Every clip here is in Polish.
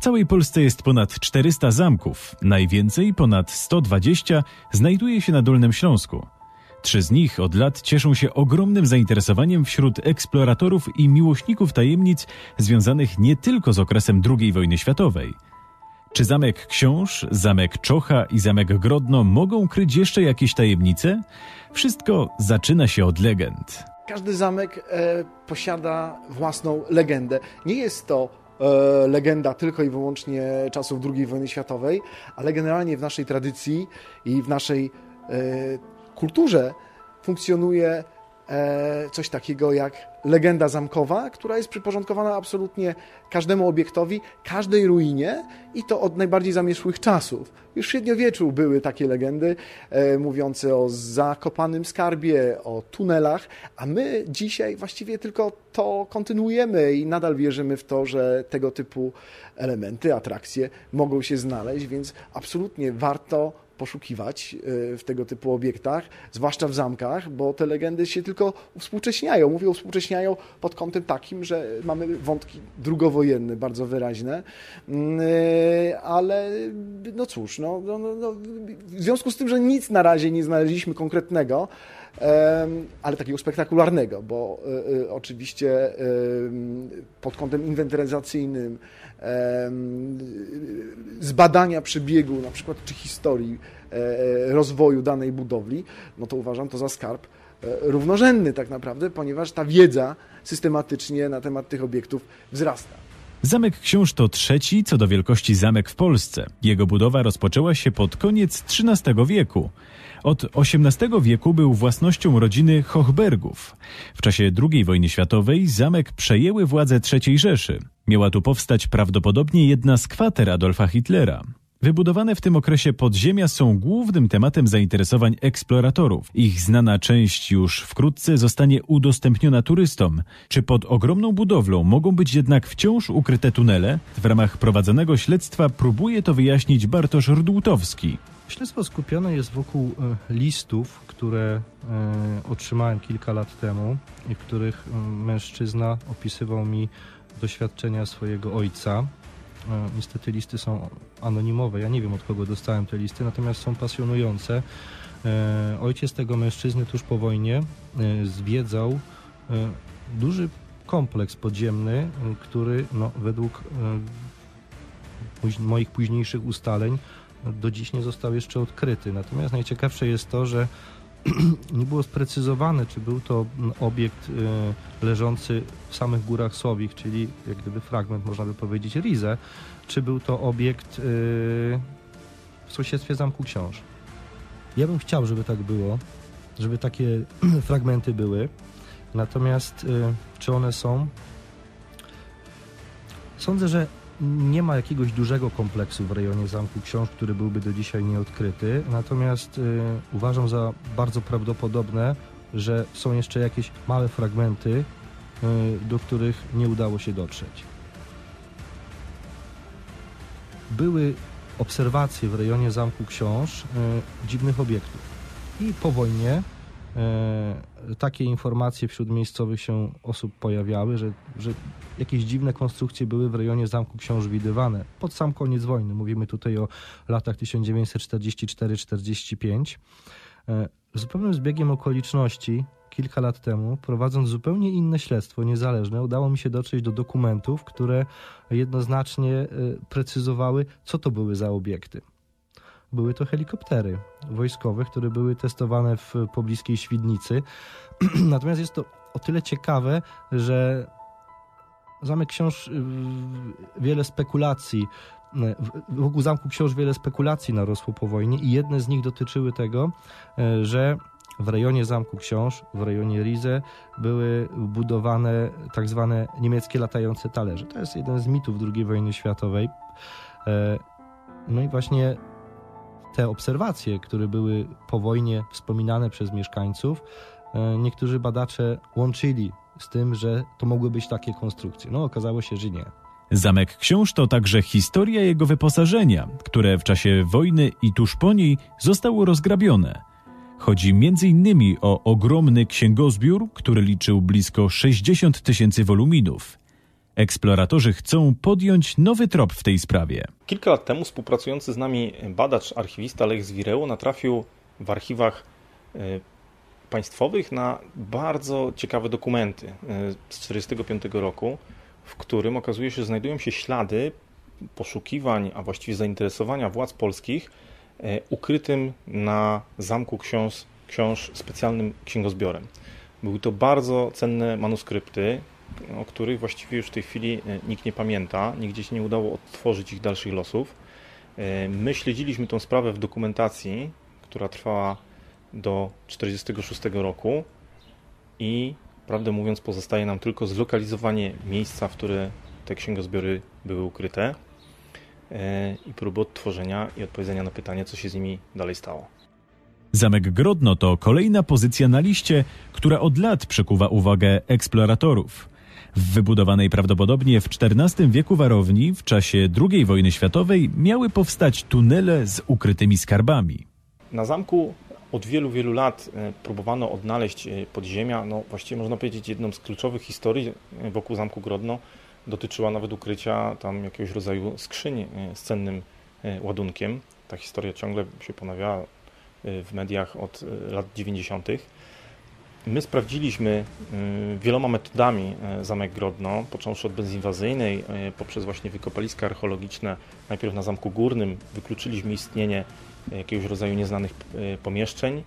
całej Polsce jest ponad 400 zamków. Najwięcej, ponad 120, znajduje się na Dolnym Śląsku. 3 z nich od lat cieszą się ogromnym zainteresowaniem wśród eksploratorów i miłośników tajemnic związanych nie tylko z okresem II wojny światowej. Czy Zamek Książ, Zamek Czocha i Zamek Grodno mogą kryć jeszcze jakieś tajemnice? Wszystko zaczyna się od legend. Każdy zamek posiada własną legendę. Nie jest to legenda tylko i wyłącznie czasów II wojny światowej, ale generalnie w naszej tradycji i w naszej kulturze funkcjonuje coś takiego jak legenda zamkowa, która jest przyporządkowana absolutnie każdemu obiektowi, każdej ruinie i to od najbardziej zamierzchłych czasów. Już w średniowieczu były takie legendy mówiące o zakopanym skarbie, o tunelach, a my dzisiaj właściwie tylko to kontynuujemy i nadal wierzymy w to, że tego typu elementy, atrakcje mogą się znaleźć, więc absolutnie warto poszukiwać w tego typu obiektach, zwłaszcza w zamkach, bo te legendy się tylko uwspółcześniają. Mówię uwspółcześniają pod kątem takim, że mamy wątki drugowojenne bardzo wyraźne, ale no cóż, w związku z tym, że nic na razie nie znaleźliśmy konkretnego, ale takiego spektakularnego, bo oczywiście pod kątem inwentaryzacyjnym, zbadania przebiegu, na przykład czy historii rozwoju danej budowli, no to uważam to za skarb równorzędny tak naprawdę, ponieważ ta wiedza systematycznie na temat tych obiektów wzrasta. Zamek Książ to 3. co do wielkości zamek w Polsce. Jego budowa rozpoczęła się pod koniec XIII wieku. Od XVIII wieku był własnością rodziny Hochbergów. W czasie II wojny światowej zamek przejęły władze III Rzeszy. Miała tu powstać prawdopodobnie jedna z kwater Adolfa Hitlera. Wybudowane w tym okresie podziemia są głównym tematem zainteresowań eksploratorów. Ich znana część już wkrótce zostanie udostępniona turystom. Czy pod ogromną budowlą mogą być jednak wciąż ukryte tunele? W ramach prowadzonego śledztwa próbuje to wyjaśnić Bartosz Rdłutowski. Śledztwo skupione jest wokół listów, które otrzymałem kilka lat temu i w których mężczyzna opisywał mi doświadczenia swojego ojca. Niestety listy są anonimowe, ja nie wiem od kogo dostałem te listy, natomiast są pasjonujące. Ojciec tego mężczyzny tuż po wojnie zwiedzał duży kompleks podziemny, który według moich późniejszych ustaleń do dziś nie został jeszcze odkryty. Natomiast najciekawsze jest to, że nie było sprecyzowane, czy był to obiekt leżący w samych Górach Słowich, czyli jak gdyby fragment, można by powiedzieć, Rize, czy był to obiekt w sąsiedztwie Zamku Książ. Ja bym chciał, żeby tak było, żeby takie fragmenty były, natomiast czy one są? Sądzę, że nie ma jakiegoś dużego kompleksu w rejonie Zamku Książ, który byłby do dzisiaj nieodkryty, natomiast uważam za bardzo prawdopodobne, że są jeszcze jakieś małe fragmenty, do których nie udało się dotrzeć. Były obserwacje w rejonie Zamku Książ dziwnych obiektów i po wojnie takie informacje wśród miejscowych się osób pojawiały, że jakieś dziwne konstrukcje były w rejonie Zamku Książ widywane pod sam koniec wojny. Mówimy tutaj o latach 1944-45. Zupełnym zbiegiem okoliczności kilka lat temu, prowadząc zupełnie inne śledztwo niezależne, udało mi się dotrzeć do dokumentów, które jednoznacznie precyzowały, co to były za obiekty. Były to helikoptery wojskowe, które były testowane w pobliskiej Świdnicy. Natomiast jest to o tyle ciekawe, że Zamek Książ wiele spekulacji, wokół Zamku Książ wiele spekulacji narosło po wojnie i jedne z nich dotyczyły tego, że w rejonie Zamku Książ, w rejonie Rize były budowane tak zwane niemieckie latające talerze. To jest jeden z mitów II wojny światowej. No i właśnie te obserwacje, które były po wojnie wspominane przez mieszkańców, niektórzy badacze łączyli z tym, że to mogły być takie konstrukcje. No okazało się, że nie. Zamek Książ to także historia jego wyposażenia, które w czasie wojny i tuż po niej zostało rozgrabione. Chodzi m.in. o ogromny księgozbiór, który liczył blisko 60 000 woluminów. Eksploratorzy chcą podjąć nowy trop w tej sprawie. Kilka lat temu współpracujący z nami badacz, archiwista Lech Zwireło natrafił w archiwach państwowych na bardzo ciekawe dokumenty z 1945 roku, w którym okazuje się, że znajdują się ślady poszukiwań, a właściwie zainteresowania władz polskich ukrytym na Zamku Książ specjalnym księgozbiorem. Były to bardzo cenne manuskrypty, o których właściwie już w tej chwili nikt nie pamięta, nigdzie się nie udało odtworzyć ich dalszych losów. My śledziliśmy tę sprawę w dokumentacji, która trwała do 1946 roku i prawdę mówiąc pozostaje nam tylko zlokalizowanie miejsca, w które te księgozbiory były ukryte i próby odtworzenia i odpowiedzenia na pytanie, co się z nimi dalej stało. Zamek Grodno to kolejna pozycja na liście, która od lat przykuwa uwagę eksploratorów. W wybudowanej prawdopodobnie w XIV wieku warowni w czasie II wojny światowej miały powstać tunele z ukrytymi skarbami. Na zamku od wielu, wielu lat próbowano odnaleźć podziemia. Właściwie można powiedzieć, jedną z kluczowych historii wokół Zamku Grodno dotyczyła nawet ukrycia tam jakiegoś rodzaju skrzyni z cennym ładunkiem. Ta historia ciągle się ponawiała w mediach od lat 90. My sprawdziliśmy wieloma metodami Zamek Grodno, począwszy od bezinwazyjnej, poprzez właśnie wykopaliska archeologiczne. Najpierw na Zamku Górnym wykluczyliśmy istnienie jakiegoś rodzaju nieznanych pomieszczeń,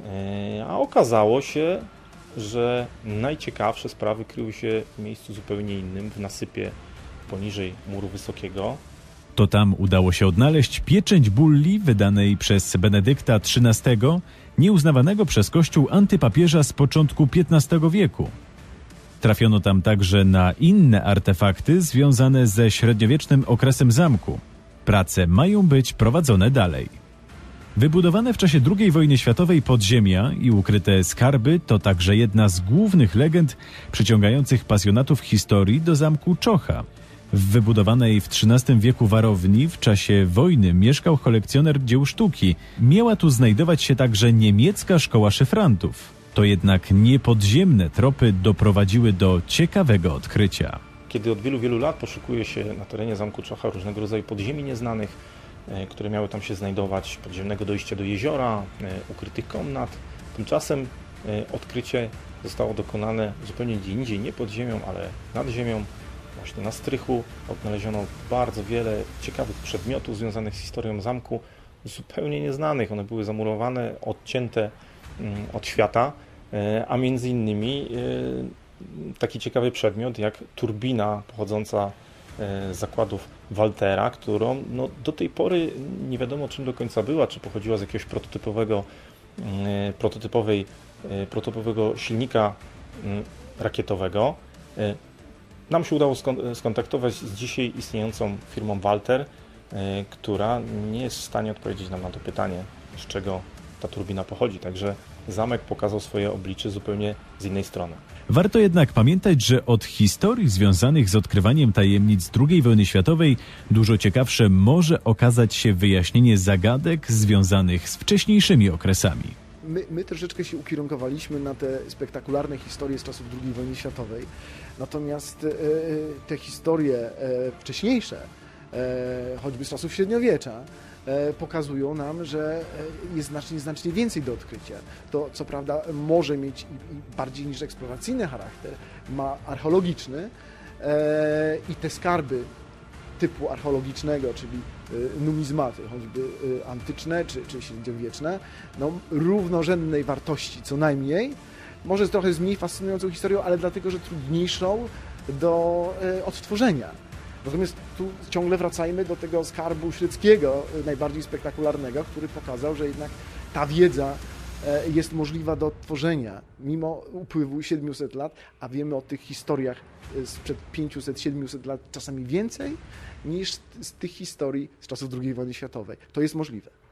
a okazało się, że najciekawsze sprawy kryły się w miejscu zupełnie innym, w nasypie poniżej muru wysokiego. To tam udało się odnaleźć pieczęć bulli wydanej przez Benedykta XIII, nieuznawanego przez Kościół antypapieża z początku XV wieku. Trafiono tam także na inne artefakty związane ze średniowiecznym okresem zamku. Prace mają być prowadzone dalej. Wybudowane w czasie II wojny światowej podziemia i ukryte skarby to także jedna z głównych legend przyciągających pasjonatów historii do zamku Czocha. W wybudowanej w XIII wieku warowni w czasie wojny mieszkał kolekcjoner dzieł sztuki. Miała tu znajdować się także niemiecka szkoła szyfrantów. To jednak nie podziemne tropy doprowadziły do ciekawego odkrycia. Kiedy od wielu, wielu lat poszukuje się na terenie Zamku Czocha różnego rodzaju podziemi nieznanych, które miały tam się znajdować, podziemnego dojścia do jeziora, ukrytych komnat. Tymczasem odkrycie zostało dokonane zupełnie gdzie indziej, nie pod ziemią, ale nad ziemią. Właśnie na strychu odnaleziono bardzo wiele ciekawych przedmiotów związanych z historią zamku, zupełnie nieznanych. One były zamurowane, odcięte od świata, a między innymi taki ciekawy przedmiot jak turbina pochodząca z zakładów Waltera, którą do tej pory nie wiadomo czym do końca była, czy pochodziła z jakiegoś prototypowego silnika rakietowego. Nam się udało skontaktować z dzisiaj istniejącą firmą Walter, która nie jest w stanie odpowiedzieć nam na to pytanie, z czego ta turbina pochodzi. Także zamek pokazał swoje oblicze zupełnie z innej strony. Warto jednak pamiętać, że od historii związanych z odkrywaniem tajemnic II wojny światowej dużo ciekawsze może okazać się wyjaśnienie zagadek związanych z wcześniejszymi okresami. My troszeczkę się ukierunkowaliśmy na te spektakularne historie z czasów II wojny światowej, natomiast te historie wcześniejsze, choćby z czasów średniowiecza, pokazują nam, że jest znacznie więcej do odkrycia. To co prawda może mieć bardziej niż eksploracyjny charakter, ma archeologiczny i te skarby typu archeologicznego, czyli numizmaty, choćby antyczne czy średniowieczne, równorzędnej wartości co najmniej, może trochę z mniej fascynującą historią, ale dlatego, że trudniejszą do odtworzenia. Natomiast tu ciągle wracajmy do tego skarbu średzkiego, najbardziej spektakularnego, który pokazał, że jednak ta wiedza jest możliwa do odtworzenia, mimo upływu 700 lat, a wiemy o tych historiach sprzed 500-700 lat czasami więcej niż z tych historii z czasów II wojny światowej. To jest możliwe.